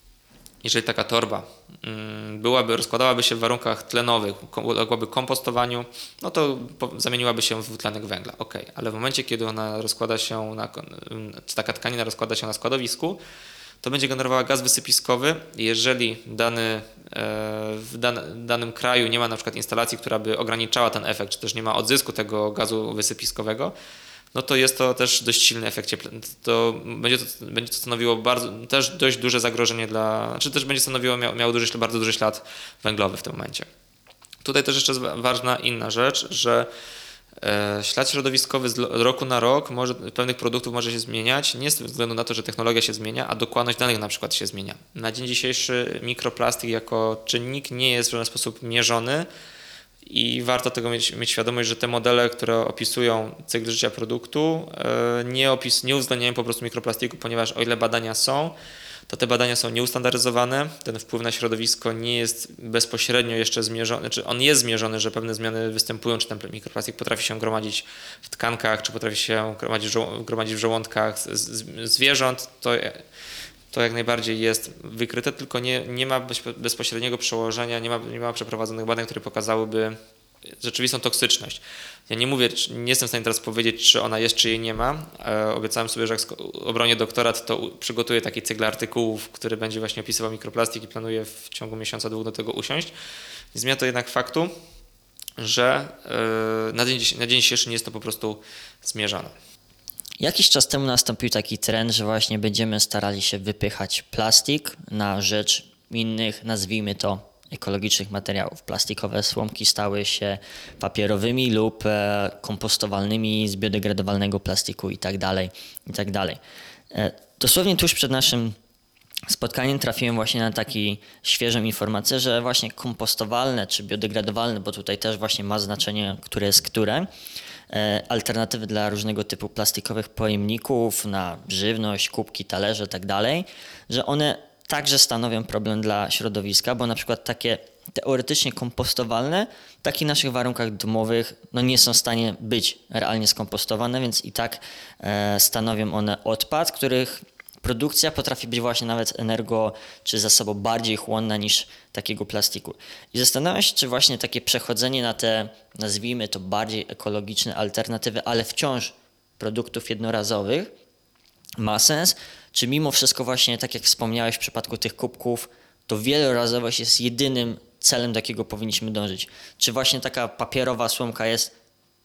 jeżeli taka torba byłaby, rozkładałaby się w warunkach tlenowych, uległaby kompostowaniu, no to zamieniłaby się w dwutlenek węgla. Ok, ale w momencie, kiedy ona rozkłada się, na, czy taka tkanina rozkłada się na składowisku, to będzie generowała gaz wysypiskowy. Jeżeli dany, w dan, danym kraju nie ma na przykład instalacji, która by ograniczała ten efekt, czy też nie ma odzysku tego gazu wysypiskowego, no to jest to też dość silny efekt cieplny. To będzie to, będzie to stanowiło bardzo, też dość duże zagrożenie dla, czy też będzie stanowiło, miało, miało duży, bardzo duży ślad węglowy w tym momencie. Tutaj też jeszcze jest ważna inna rzecz, że e, ślad środowiskowy z roku na rok może, pewnych produktów może się zmieniać, nie ze względu na to, że technologia się zmienia, a dokładność danych na przykład się zmienia. Na dzień dzisiejszy mikroplastik jako czynnik nie jest w żaden sposób mierzony, i warto tego mieć, mieć świadomość, że te modele, które opisują cykl życia produktu, nie, opis, nie uwzględniają po prostu mikroplastiku, ponieważ o ile badania są, to te badania są nieustandaryzowane, ten wpływ na środowisko nie jest bezpośrednio jeszcze zmierzony, czy on jest zmierzony, że pewne zmiany występują, czy ten mikroplastik potrafi się gromadzić w tkankach, czy potrafi się gromadzić, gromadzić w żołądkach zwierząt, to to jak najbardziej jest wykryte, tylko nie, nie ma bezpośredniego przełożenia, nie ma, nie ma przeprowadzonych badań, które pokazałyby rzeczywistą toksyczność. Ja nie mówię, nie jestem w stanie teraz powiedzieć, czy ona jest, czy jej nie ma. E, obiecałem sobie, że jak obronię doktorat, to przygotuję taki cykl artykułów, który będzie właśnie opisywał mikroplastik i planuję w ciągu miesiąca, dwóch do tego usiąść. Nie zmienia to jednak faktu, że e, na, dzień, na dzień dzisiejszy nie jest to po prostu zmierzane. Jakiś czas temu nastąpił taki trend, że właśnie będziemy starali się wypychać plastik na rzecz innych, nazwijmy to, ekologicznych materiałów. Plastikowe słomki stały się papierowymi lub e, kompostowalnymi z biodegradowalnego plastiku i tak dalej, i tak dalej. E, dosłownie tuż przed naszym spotkaniem trafiłem właśnie na taką świeżą informację, że właśnie kompostowalne czy biodegradowalne, bo tutaj też właśnie ma znaczenie, które jest które, e, alternatywy dla różnego typu plastikowych pojemników na żywność, kubki, talerze i tak dalej, że one także stanowią problem dla środowiska, bo na przykład takie teoretycznie kompostowalne w takich naszych warunkach domowych no nie są w stanie być realnie skompostowane, więc i tak e, stanowią one odpad, których produkcja potrafi być właśnie nawet energo czy zasobo bardziej chłonna niż takiego plastiku. I zastanawiam się, czy właśnie takie przechodzenie na te, nazwijmy to, bardziej ekologiczne alternatywy, ale wciąż produktów jednorazowych ma sens, czy mimo wszystko właśnie, tak jak wspomniałeś w przypadku tych kubków, to wielorazowość jest jedynym celem, do jakiego powinniśmy dążyć. Czy właśnie taka papierowa słomka jest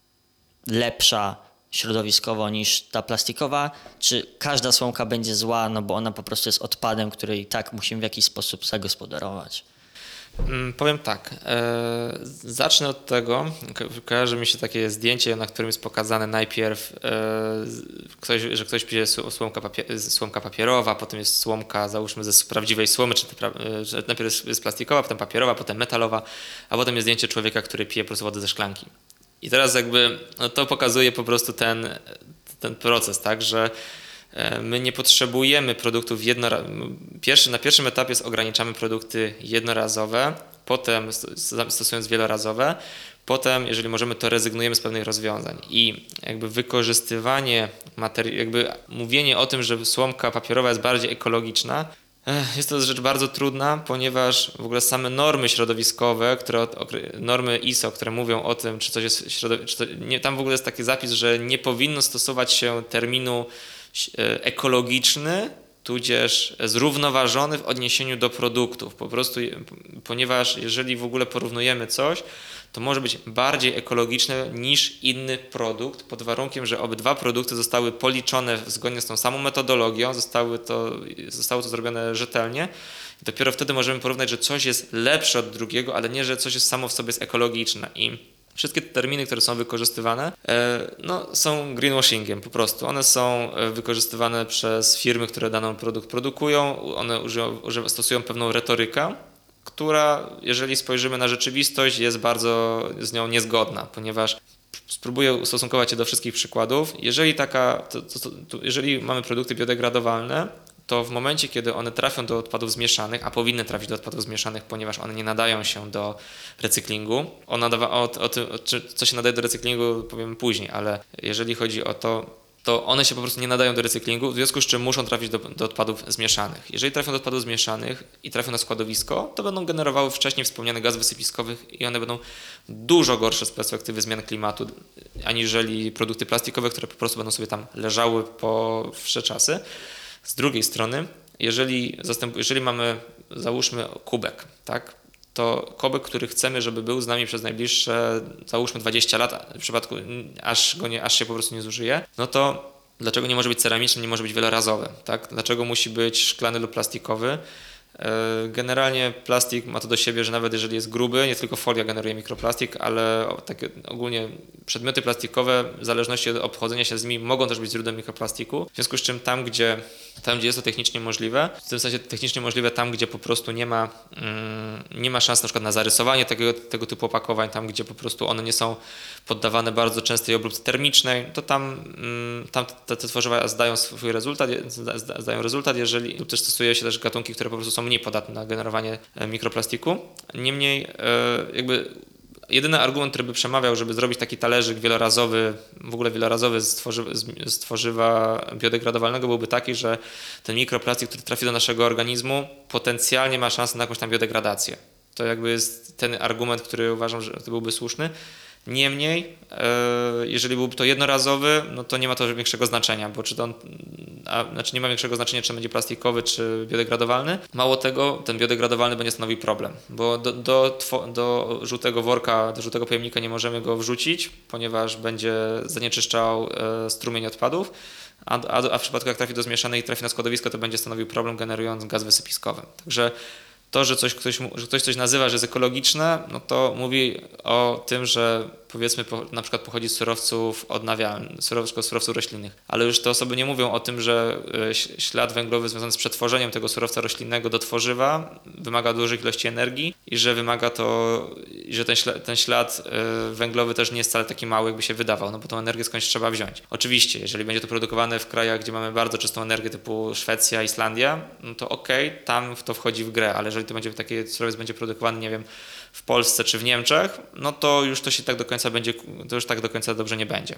lepsza środowiskowo niż ta plastikowa, czy każda słomka będzie zła, no bo ona po prostu jest odpadem, który i tak musimy w jakiś sposób zagospodarować? Hmm, powiem tak, e, zacznę od tego, ko- kojarzy mi się takie zdjęcie, na którym jest pokazane najpierw, e, ktoś, że ktoś pije sł- słomka, papier- słomka papierowa, potem jest słomka, załóżmy, ze prawdziwej słomy, czy to pra- e, że najpierw jest, jest plastikowa, potem papierowa, potem metalowa, a potem jest zdjęcie człowieka, który pije po prostu wodę ze szklanki. I teraz jakby no to pokazuje po prostu ten, ten proces, tak, że e, my nie potrzebujemy produktów jednorazowych. Pierwszy, na pierwszym etapie ograniczamy produkty jednorazowe, potem st- stosując wielorazowe, potem, jeżeli możemy, to rezygnujemy z pewnych rozwiązań. I jakby wykorzystywanie materii, jakby mówienie o tym, że słomka papierowa jest bardziej ekologiczna, jest to rzecz bardzo trudna, ponieważ w ogóle same normy środowiskowe, które, normy I S O, które mówią o tym, czy coś jest środow- czy to, nie, tam w ogóle jest taki zapis, że nie powinno stosować się terminu ekologiczny, tudzież zrównoważony w odniesieniu do produktów. Po prostu, ponieważ jeżeli w ogóle porównujemy coś, to może być bardziej ekologiczne niż inny produkt, pod warunkiem, że obydwa produkty zostały policzone zgodnie z tą samą metodologią, zostały to, zostało to zrobione rzetelnie. I dopiero wtedy możemy porównać, że coś jest lepsze od drugiego, ale nie, że coś jest samo w sobie jest ekologiczne. I wszystkie te terminy, które są wykorzystywane, no, są greenwashingiem po prostu. One są wykorzystywane przez firmy, które dany produkt produkują, one używa, używa, stosują pewną retorykę, która, jeżeli spojrzymy na rzeczywistość, jest bardzo z nią niezgodna, ponieważ spróbuję ustosunkować się do wszystkich przykładów. Jeżeli, taka, to, to, to, jeżeli mamy produkty biodegradowalne, to w momencie, kiedy one trafią do odpadów zmieszanych, a powinny trafić do odpadów zmieszanych, ponieważ one nie nadają się do recyklingu, o, nadawa, o, o tym, co się nadaje do recyklingu, powiem później, ale jeżeli chodzi o to, to one się po prostu nie nadają do recyklingu, w związku z czym muszą trafić do, do odpadów zmieszanych. Jeżeli trafią do odpadów zmieszanych i trafią na składowisko, to będą generowały wcześniej wspomniane gazy wysypiskowych i one będą dużo gorsze z perspektywy zmian klimatu, aniżeli produkty plastikowe, które po prostu będą sobie tam leżały po wsze czasy. Z drugiej strony, jeżeli, zastęp, jeżeli mamy, załóżmy, kubek, tak, to kubek, który chcemy, żeby był z nami przez najbliższe, załóżmy, dwadzieścia lat, w przypadku aż, go nie, aż się po prostu nie zużyje, no to dlaczego nie może być ceramiczny, nie może być wielorazowy, tak? Dlaczego musi być szklany lub plastikowy? Generalnie plastik ma to do siebie, że nawet jeżeli jest gruby, nie tylko folia generuje mikroplastik, ale takie ogólnie przedmioty plastikowe w zależności od obchodzenia się z nimi mogą też być źródłem mikroplastiku. W związku z czym tam, gdzie, tam, gdzie jest to technicznie możliwe, w tym sensie technicznie możliwe tam, gdzie po prostu nie ma, mm, nie ma szans na przykład na zarysowanie tego, tego typu opakowań, tam, gdzie po prostu one nie są poddawane bardzo częstej obróbce termicznej, to tam, mm, tam te, te tworzywa zdają swój rezultat, zdają rezultat, jeżeli lub też stosuje się też gatunki, które po prostu są mniej podatne na generowanie mikroplastiku. Niemniej jakby jedyny argument, który by przemawiał, żeby zrobić taki talerzyk wielorazowy, w ogóle wielorazowy z tworzywa, z tworzywa biodegradowalnego byłby taki, że ten mikroplastik, który trafi do naszego organizmu, potencjalnie ma szansę na jakąś tam biodegradację. To jakby jest ten argument, który uważam, że to byłby słuszny. Niemniej, jeżeli byłby to jednorazowy, no to nie ma to większego znaczenia, bo czy to on, a, znaczy nie ma większego znaczenia, czy on będzie plastikowy, czy biodegradowalny. Mało tego, ten biodegradowalny będzie stanowił problem, bo do, do, do żółtego worka, do żółtego pojemnika nie możemy go wrzucić, ponieważ będzie zanieczyszczał strumień odpadów, a, a, a w przypadku jak trafi do zmieszanej i trafi na składowisko, to będzie stanowił problem, generując gaz wysypiskowy. Także To, że, coś, ktoś, że ktoś coś nazywa, że jest ekologiczne, no to mówi o tym, że powiedzmy po, na przykład pochodzi z surowców odnawialnych, surowców, surowców roślinnych. Ale już te osoby nie mówią o tym, że ślad węglowy związany z przetworzeniem tego surowca roślinnego do tworzywa wymaga dużych ilości energii i że wymaga to, że ten ślad, ten ślad węglowy też nie jest wcale taki mały, jakby się wydawał, no bo tą energię skądś trzeba wziąć. Oczywiście, jeżeli będzie to produkowane w krajach, gdzie mamy bardzo czystą energię typu Szwecja, Islandia, no to okej, okay, tam to wchodzi w grę, ale jeżeli to będzie taki surowiec będzie produkowany, nie wiem, w Polsce czy w Niemczech, no to już to się tak do końca będzie, to już tak do końca dobrze nie będzie.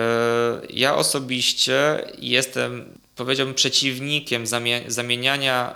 Ja osobiście jestem, powiedziałbym, przeciwnikiem zamieniania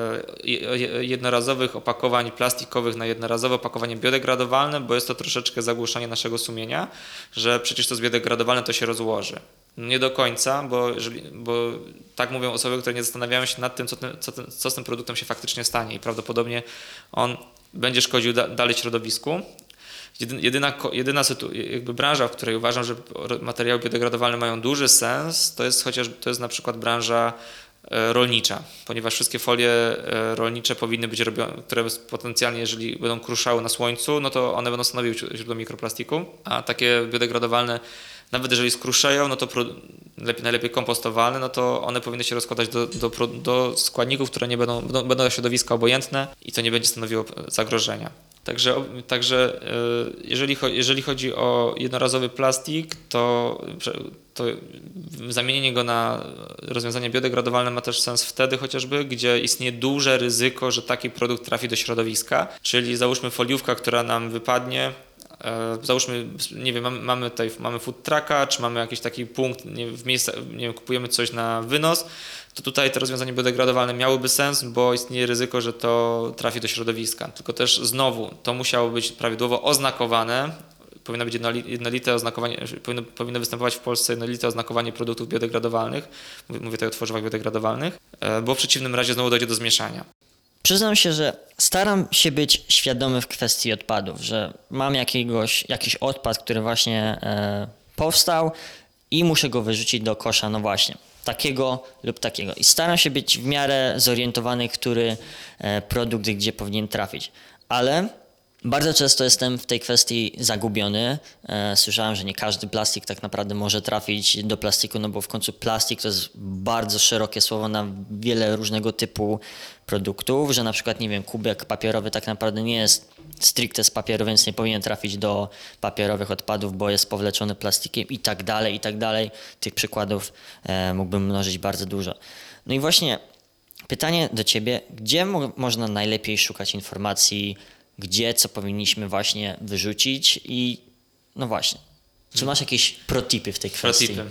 jednorazowych opakowań plastikowych na jednorazowe opakowanie biodegradowalne, bo jest to troszeczkę zagłuszanie naszego sumienia, że przecież to jest biodegradowalne, to się rozłoży. Nie do końca, bo, jeżeli, bo tak mówią osoby, które nie zastanawiają się nad tym, co, tym, co, tym, co z tym produktem się faktycznie stanie i prawdopodobnie on będzie szkodził da, dalej środowisku. Jedyna, jedyna jakby branża, w której uważam, że materiały biodegradowalne mają duży sens, to jest chociaż to jest na przykład branża rolnicza, ponieważ wszystkie folie rolnicze powinny być robione, które potencjalnie, jeżeli będą kruszały na słońcu, no to one będą stanowiły źródło mikroplastiku, a takie biodegradowalne, nawet jeżeli skruszeją, no to lepiej, najlepiej kompostowalne, no to one powinny się rozkładać do, do, do składników, które nie będą, będą, będą dla środowiska obojętne i to nie będzie stanowiło zagrożenia. Także, także jeżeli, jeżeli chodzi o jednorazowy plastik, to, to zamienienie go na rozwiązanie biodegradowalne ma też sens wtedy chociażby, gdzie istnieje duże ryzyko, że taki produkt trafi do środowiska, czyli załóżmy foliówka, która nam wypadnie, załóżmy, nie wiem, mamy, mamy tutaj mamy food trucka, czy mamy jakiś taki punkt, nie, w miejscu, nie wiem, kupujemy coś na wynos, to tutaj te rozwiązania biodegradowalne miałyby sens, bo istnieje ryzyko, że to trafi do środowiska. Tylko też znowu to musiało być prawidłowo oznakowane, powinno być jednolite oznakowanie, powinno, powinno występować w Polsce jednolite oznakowanie produktów biodegradowalnych, mówię, mówię tutaj o tworzywach biodegradowalnych, bo w przeciwnym razie znowu dojdzie do zmieszania. Przyznam się, że staram się być świadomy w kwestii odpadów, że mam jakiegoś, jakiś odpad, który właśnie e, powstał i muszę go wyrzucić do kosza, no właśnie, takiego lub takiego. I staram się być w miarę zorientowany, który e, produkt gdzie powinien trafić. Ale bardzo często jestem w tej kwestii zagubiony. E, słyszałem, że nie każdy plastik tak naprawdę może trafić do plastiku, no bo w końcu plastik to jest bardzo szerokie słowo na wiele różnego typu produktów, że na przykład, nie wiem, kubek papierowy tak naprawdę nie jest stricte z papieru, więc nie powinien trafić do papierowych odpadów, bo jest powleczony plastikiem i tak dalej, i tak dalej. Tych przykładów e, mógłbym mnożyć bardzo dużo. No i właśnie pytanie do Ciebie, gdzie mo- można najlepiej szukać informacji, gdzie, co powinniśmy właśnie wyrzucić i no właśnie, czy masz jakieś protipy w tej kwestii? Protipy.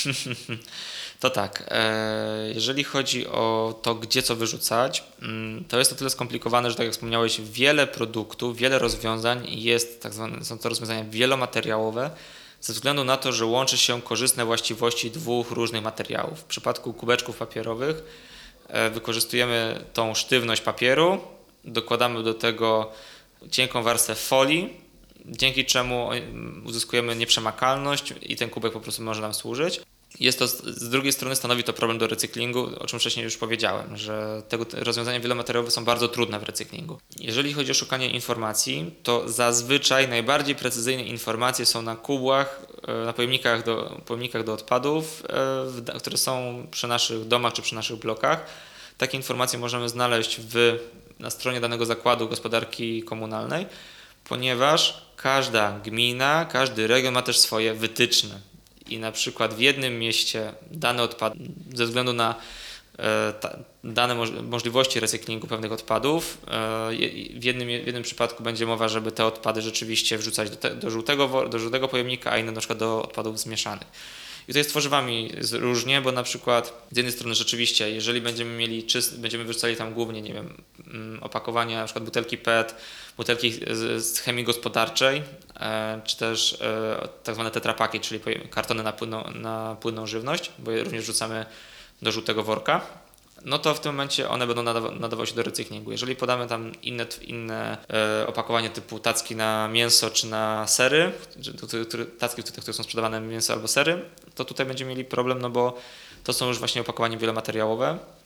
To tak, jeżeli chodzi o to, gdzie co wyrzucać, to jest to tyle skomplikowane, że tak jak wspomniałeś, wiele produktów, wiele rozwiązań jest, tak zwane, są to rozwiązania wielomateriałowe, ze względu na to, że łączy się korzystne właściwości dwóch różnych materiałów. W przypadku kubeczków papierowych wykorzystujemy tą sztywność papieru, dokładamy do tego cienką warstwę folii, dzięki czemu uzyskujemy nieprzemakalność i ten kubek po prostu może nam służyć. Jest to, z drugiej strony stanowi to problem do recyklingu, o czym wcześniej już powiedziałem, że tego rozwiązania wielomateriałowe są bardzo trudne w recyklingu. Jeżeli chodzi o szukanie informacji, to zazwyczaj najbardziej precyzyjne informacje są na kubłach, na pojemnikach do, pojemnikach do odpadów, które są przy naszych domach czy przy naszych blokach. Takie informacje możemy znaleźć w, na stronie danego zakładu gospodarki komunalnej, ponieważ każda gmina, każdy region ma też swoje wytyczne. I na przykład w jednym mieście dane odpady, ze względu na e, ta, dane moż, możliwości recyklingu pewnych odpadów, e, w, jednym, w jednym przypadku będzie mowa, żeby te odpady rzeczywiście wrzucać do, te, do, żółtego, do żółtego pojemnika, a inne na przykład do odpadów zmieszanych. I to jest z tworzywami różnie, bo na przykład z jednej strony rzeczywiście, jeżeli będziemy mieli czyst, będziemy wyrzucali tam głównie, nie wiem, opakowania, na przykład butelki P E T, butelki z chemii gospodarczej, czy też tak zwane tetrapaki, czyli kartony na płynną, na płynną żywność, bo je również wrzucamy do żółtego worka, no to w tym momencie one będą nadawa- nadawały się do recyklingu. Jeżeli podamy tam inne, inne e, opakowanie typu tacki na mięso czy na sery, które, tacki, które są sprzedawane na mięso albo sery, to tutaj będziemy mieli problem, no bo to są już właśnie opakowania wielomateriałowe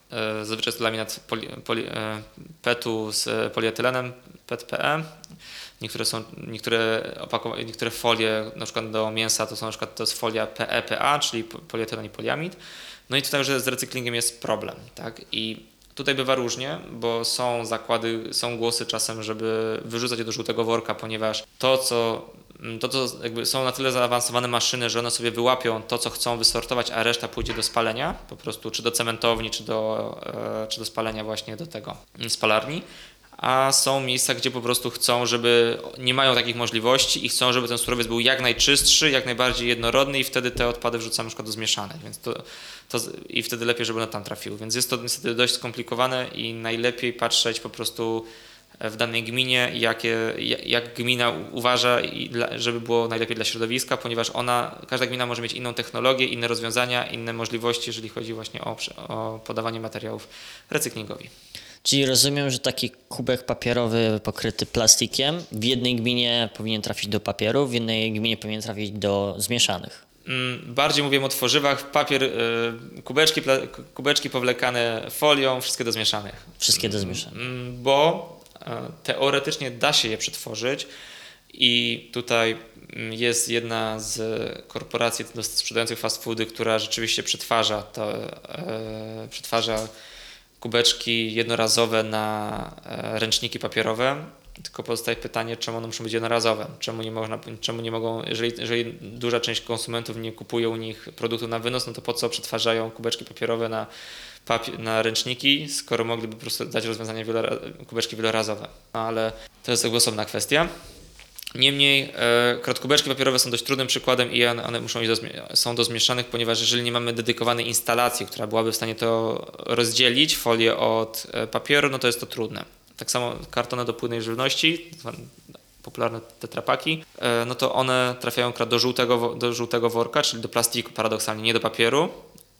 e, zazwyczaj jest to laminat poli, poli, e, petu z polietylenem, P E T P E. Niektóre są, niektóre, opakowa- niektóre folie, na przykład do mięsa, to są na przykład to jest folia P E P A, czyli polietylen i poliamid. No i tutaj, że z recyklingiem jest problem, tak? I tutaj bywa różnie, bo są zakłady, są głosy czasem, żeby wyrzucać je do żółtego worka, ponieważ to, co, to, co jakby są na tyle zaawansowane maszyny, że one sobie wyłapią to, co chcą wysortować, a reszta pójdzie do spalenia, po prostu czy do cementowni, czy do, czy do spalenia właśnie do tego spalarni. A są miejsca, gdzie po prostu chcą, żeby nie mają takich możliwości i chcą, żeby ten surowiec był jak najczystszy, jak najbardziej jednorodny i wtedy te odpady wrzucamy na przykład do zmieszanych, więc to, to i wtedy lepiej, żeby one tam trafiły. Więc jest to niestety dość skomplikowane i najlepiej patrzeć po prostu w danej gminie, jakie, jak gmina uważa, żeby było najlepiej dla środowiska, ponieważ ona, każda gmina może mieć inną technologię, inne rozwiązania, inne możliwości, jeżeli chodzi właśnie o, o podawanie materiałów recyklingowi. Czyli rozumiem, że taki kubek papierowy pokryty plastikiem w jednej gminie powinien trafić do papieru, w innej gminie powinien trafić do zmieszanych. Bardziej mówię o tworzywach, papier, kubeczki, kubeczki powlekane folią, wszystkie do zmieszanych. Wszystkie do zmieszanych. Bo teoretycznie da się je przetworzyć i tutaj jest jedna z korporacji sprzedających fast foody, która rzeczywiście przetwarza to, przetwarza kubeczki jednorazowe na ręczniki papierowe, tylko pozostaje pytanie, czemu one muszą być jednorazowe, czemu nie można, czemu nie mogą, jeżeli, jeżeli duża część konsumentów nie kupuje u nich produktu na wynos, no to po co przetwarzają kubeczki papierowe na, papier, na ręczniki, skoro mogliby po prostu dać rozwiązanie wielora, kubeczki wielorazowe. No, ale to jest jakby osobna kwestia. Niemniej e, kubeczki papierowe są dość trudnym przykładem i one, one muszą iść do, są do zmieszanych, ponieważ jeżeli nie mamy dedykowanej instalacji, która byłaby w stanie to rozdzielić, folię od e, papieru, no to jest to trudne. Tak samo kartony do płynnej żywności, popularne tetrapaki, e, no to one trafiają do żółtego, do żółtego worka, czyli do plastiku paradoksalnie, nie do papieru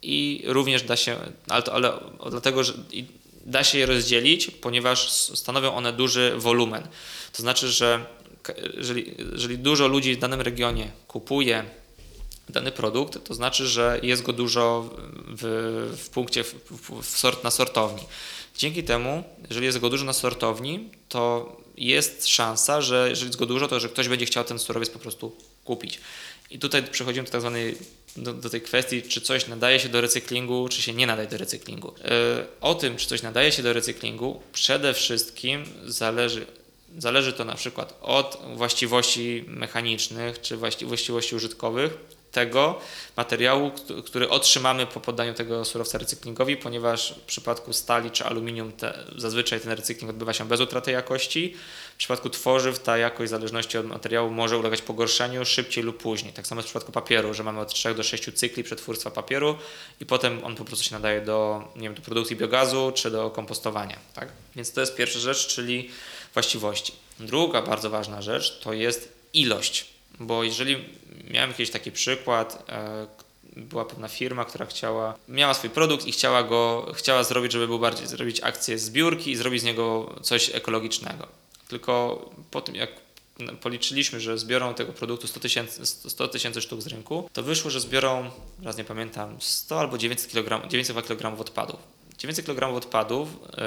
i również da się, ale, to, ale dlatego, że da się je rozdzielić, ponieważ stanowią one duży wolumen. To znaczy, że Jeżeli, jeżeli dużo ludzi w danym regionie kupuje dany produkt, to znaczy, że jest go dużo w, w punkcie, w, w sort, na sortowni. Dzięki temu, jeżeli jest go dużo na sortowni, to jest szansa, że jeżeli jest go dużo, to że ktoś będzie chciał ten surowiec po prostu kupić. I tutaj przechodzimy do tak zwanej do, do tej kwestii, czy coś nadaje się do recyklingu, czy się nie nadaje do recyklingu. Yy, o tym, czy coś nadaje się do recyklingu, przede wszystkim zależy Zależy to na przykład od właściwości mechanicznych czy właściwości użytkowych tego materiału, który otrzymamy po poddaniu tego surowca recyklingowi, ponieważ w przypadku stali czy aluminium te, zazwyczaj ten recykling odbywa się bez utraty jakości. W przypadku tworzyw ta jakość w zależności od materiału może ulegać pogorszeniu szybciej lub później. Tak samo jest w przypadku papieru, że mamy od trzech do sześciu cykli przetwórstwa papieru i potem on po prostu się nadaje do, nie wiem, do produkcji biogazu czy do kompostowania. Tak? Więc to jest pierwsza rzecz, czyli właściwości. Druga bardzo ważna rzecz to jest ilość, bo jeżeli miałem jakiś taki przykład, była pewna firma, która chciała, miała swój produkt i chciała go, chciała zrobić, żeby był bardziej, zrobić akcję zbiórki i zrobić z niego coś ekologicznego. Tylko po tym, jak policzyliśmy, że zbiorą tego produktu sto tysięcy sztuk z rynku, to wyszło, że zbiorą, raz nie pamiętam, sto albo dziewięćset kilogramów, dziewięćset kilogramów odpadów. dziewięćset kilogramów odpadów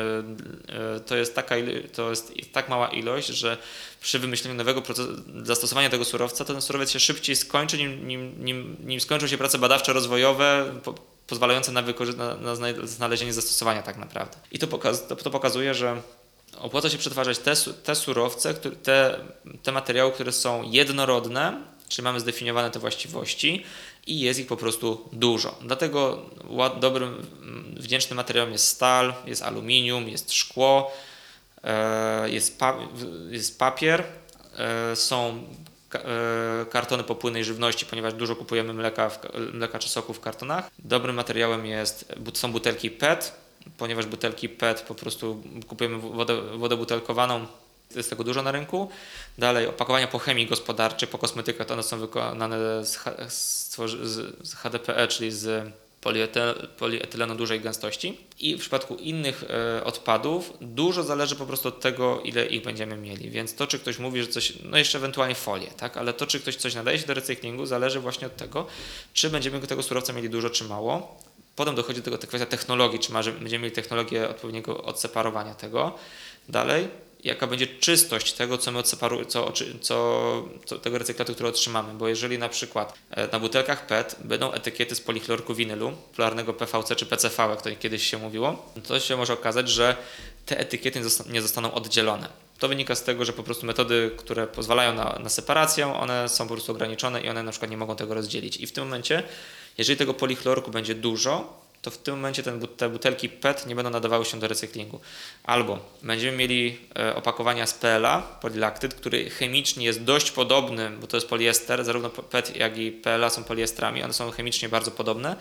to jest, taka, to jest tak mała ilość, że przy wymyśleniu nowego procesu, zastosowania tego surowca, to ten surowiec się szybciej skończy, nim, nim, nim, nim skończą się prace badawczo-rozwojowe po, pozwalające na, na, na znalezienie zastosowania tak naprawdę. I to, pokaz, to, to pokazuje, że opłaca się przetwarzać te, te surowce, które, te, te materiały, które są jednorodne, czyli mamy zdefiniowane te właściwości i jest ich po prostu dużo. Dlatego dobrym, wdzięcznym materiałem jest stal, jest aluminium, jest szkło, jest, pa, jest papier, są kartony po płynnej żywności, ponieważ dużo kupujemy mleka, mleka czy soku w kartonach. Dobrym materiałem jest, są butelki P E T, ponieważ butelki P E T po prostu kupujemy wodę, wodę butelkowaną, jest tego dużo na rynku. Dalej opakowania po chemii gospodarczej, po kosmetykach, to one są wykonane z, z, z H D P E, czyli z polietyl, polietylenu dużej gęstości. I w przypadku innych e, odpadów dużo zależy po prostu od tego, ile ich będziemy mieli. Więc to, czy ktoś mówi, że coś, no jeszcze ewentualnie folię, tak? Ale to, czy ktoś coś nadaje się do recyklingu, zależy właśnie od tego, czy będziemy tego surowca mieli dużo, czy mało. Potem dochodzi do tego ta kwestia technologii, czy ma, że będziemy mieli technologię odpowiedniego odseparowania tego. Dalej, jaka będzie czystość tego, co my odseparu- co, co, co, tego recyklatu, który otrzymamy. Bo jeżeli na przykład na butelkach P E T będą etykiety z polichlorku winylu, popularnego P V C czy P C V, jak to kiedyś się mówiło, to się może okazać, że te etykiety nie, zosta- nie zostaną oddzielone. To wynika z tego, że po prostu metody, które pozwalają na, na separację, one są po prostu ograniczone i one na przykład nie mogą tego rozdzielić. I w tym momencie, jeżeli tego polichlorku będzie dużo, to w tym momencie ten, te butelki P E T nie będą nadawały się do recyklingu. Albo będziemy mieli e, opakowania z P L A, polilaktyd, który chemicznie jest dość podobny, bo to jest poliester, zarówno P E T jak i P L A są poliestrami, one są chemicznie bardzo podobne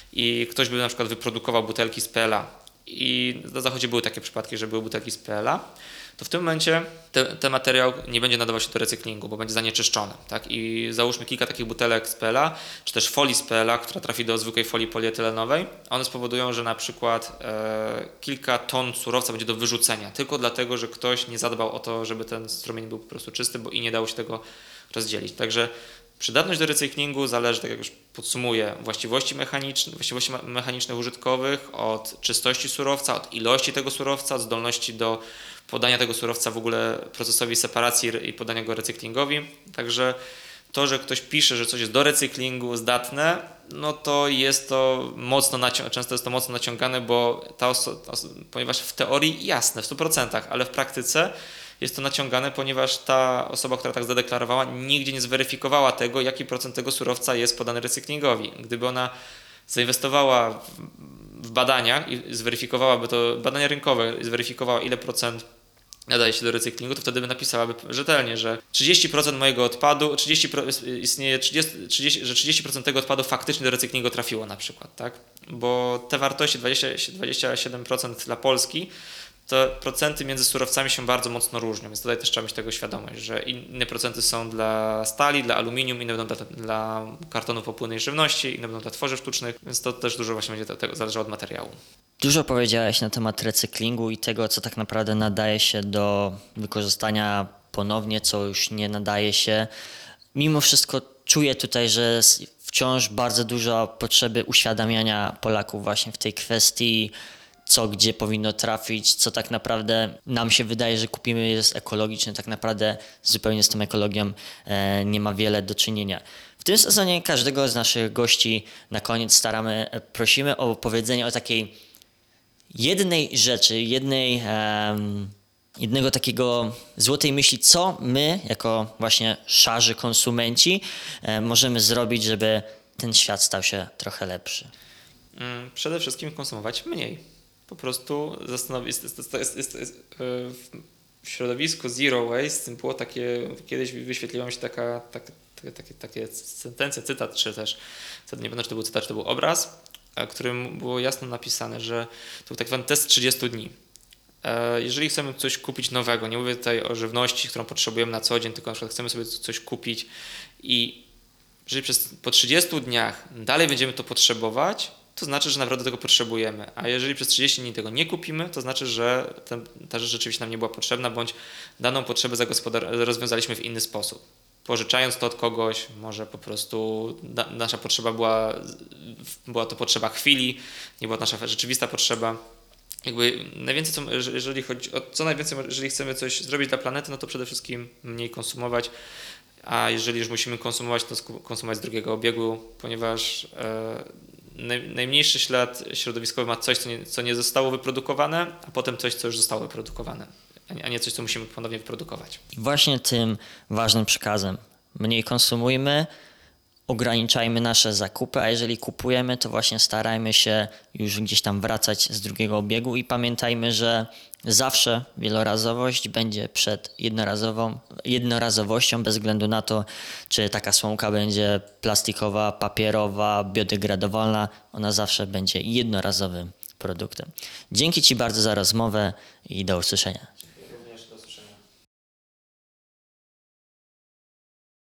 i ktoś by na przykład wyprodukował butelki z P L A i na zachodzie były takie przypadki, że były butelki z P L A, to w tym momencie te, ten materiał nie będzie nadawał się do recyklingu, bo będzie zanieczyszczony. Tak? I załóżmy kilka takich butelek z P L A, czy też folii z P L A, która trafi do zwykłej folii polietylenowej. One spowodują, że na przykład e, kilka ton surowca będzie do wyrzucenia, tylko dlatego, że ktoś nie zadbał o to, żeby ten strumień był po prostu czysty, bo i nie dało się tego rozdzielić. Także przydatność do recyklingu zależy, tak jak już podsumuję, właściwości mechanicznych, właściwości mechanicznych użytkowych, od czystości surowca, od ilości tego surowca, od zdolności do podania tego surowca w ogóle procesowi separacji i podania go recyklingowi. Także to, że ktoś pisze, że coś jest do recyklingu zdatne, no to jest to mocno nacią- często jest to mocno naciągane, bo ta oso- oso- ponieważ w teorii jasne w stu procentach, ale w praktyce jest to naciągane, ponieważ ta osoba, która tak zadeklarowała, nigdzie nie zweryfikowała tego, jaki procent tego surowca jest podany recyklingowi. Gdyby ona zainwestowała w, w badania i zweryfikowałaby to, badania rynkowe, i zweryfikowała ile procent nadaje się do recyklingu, to wtedy by napisałaby rzetelnie, że trzydzieści procent mojego odpadu, trzydzieści procent istnieje trzydzieści, trzydzieści, że trzydzieści procent tego odpadu faktycznie do recyklingu trafiło na przykład, tak? Bo te wartości dwadzieścia, dwadzieścia siedem procent dla Polski, te procenty między surowcami się bardzo mocno różnią, więc tutaj też trzeba mieć tego świadomość, że inne procenty są dla stali, dla aluminium, inne będą dla, dla kartonu popłynnej żywności, inne będą dla tworzyw sztucznych, więc to też dużo właśnie będzie tego zależało od materiału. Dużo powiedziałeś na temat recyklingu i tego, co tak naprawdę nadaje się do wykorzystania ponownie, co już nie nadaje się. Mimo wszystko czuję tutaj, że jest wciąż bardzo dużo potrzeby uświadamiania Polaków właśnie w tej kwestii, co gdzie powinno trafić, co tak naprawdę nam się wydaje, że kupimy, jest ekologiczne, tak naprawdę zupełnie z tą ekologią e, nie ma wiele do czynienia. W tym sezonie każdego z naszych gości na koniec staramy, prosimy o powiedzenie o takiej jednej rzeczy, jednej, um, jednego takiego złotej myśli, co my jako właśnie szarzy konsumenci e, możemy zrobić, żeby ten świat stał się trochę lepszy. Przede wszystkim konsumować mniej. Po prostu zastanowić, jest, jest, jest, jest, jest, w środowisku Zero Waste było takie, kiedyś wyświetliła mi się taka, tak, takie, takie, takie sentencja, cytat, czy też, nie pamiętam, czy to był cytat, czy to był obraz, w którym było jasno napisane, że to był tak zwany test trzydziestu dni. Jeżeli chcemy coś kupić nowego, nie mówię tutaj o żywności, którą potrzebujemy na co dzień, tylko na przykład chcemy sobie coś kupić i jeżeli przez, po trzydziestu dniach dalej będziemy to potrzebować, to znaczy, że naprawdę tego potrzebujemy. A jeżeli przez trzydzieści dni tego nie kupimy, to znaczy, że ten, ta rzecz rzeczywiście nam nie była potrzebna, bądź daną potrzebę zagospodar- rozwiązaliśmy w inny sposób. Pożyczając to od kogoś, może po prostu da, nasza potrzeba była, była to potrzeba chwili, nie była to nasza rzeczywista potrzeba. Jakby najwięcej, co, jeżeli chodzi o co najwięcej, jeżeli chcemy coś zrobić dla planety, no to przede wszystkim mniej konsumować. A jeżeli już musimy konsumować, to konsumować z drugiego obiegu, ponieważ e, naj, najmniejszy ślad środowiskowy ma coś, co nie, co nie zostało wyprodukowane, a potem coś, co już zostało wyprodukowane, a nie, a nie coś, co musimy ponownie wyprodukować. Właśnie tym ważnym przekazem. Mniej konsumujmy, ograniczajmy nasze zakupy, a jeżeli kupujemy, to właśnie starajmy się już gdzieś tam wracać z drugiego obiegu i pamiętajmy, że zawsze wielorazowość będzie przed jednorazową, jednorazowością, bez względu na to, czy taka słomka będzie plastikowa, papierowa, biodegradowalna, ona zawsze będzie jednorazowym produktem. Dzięki Ci bardzo za rozmowę i do usłyszenia.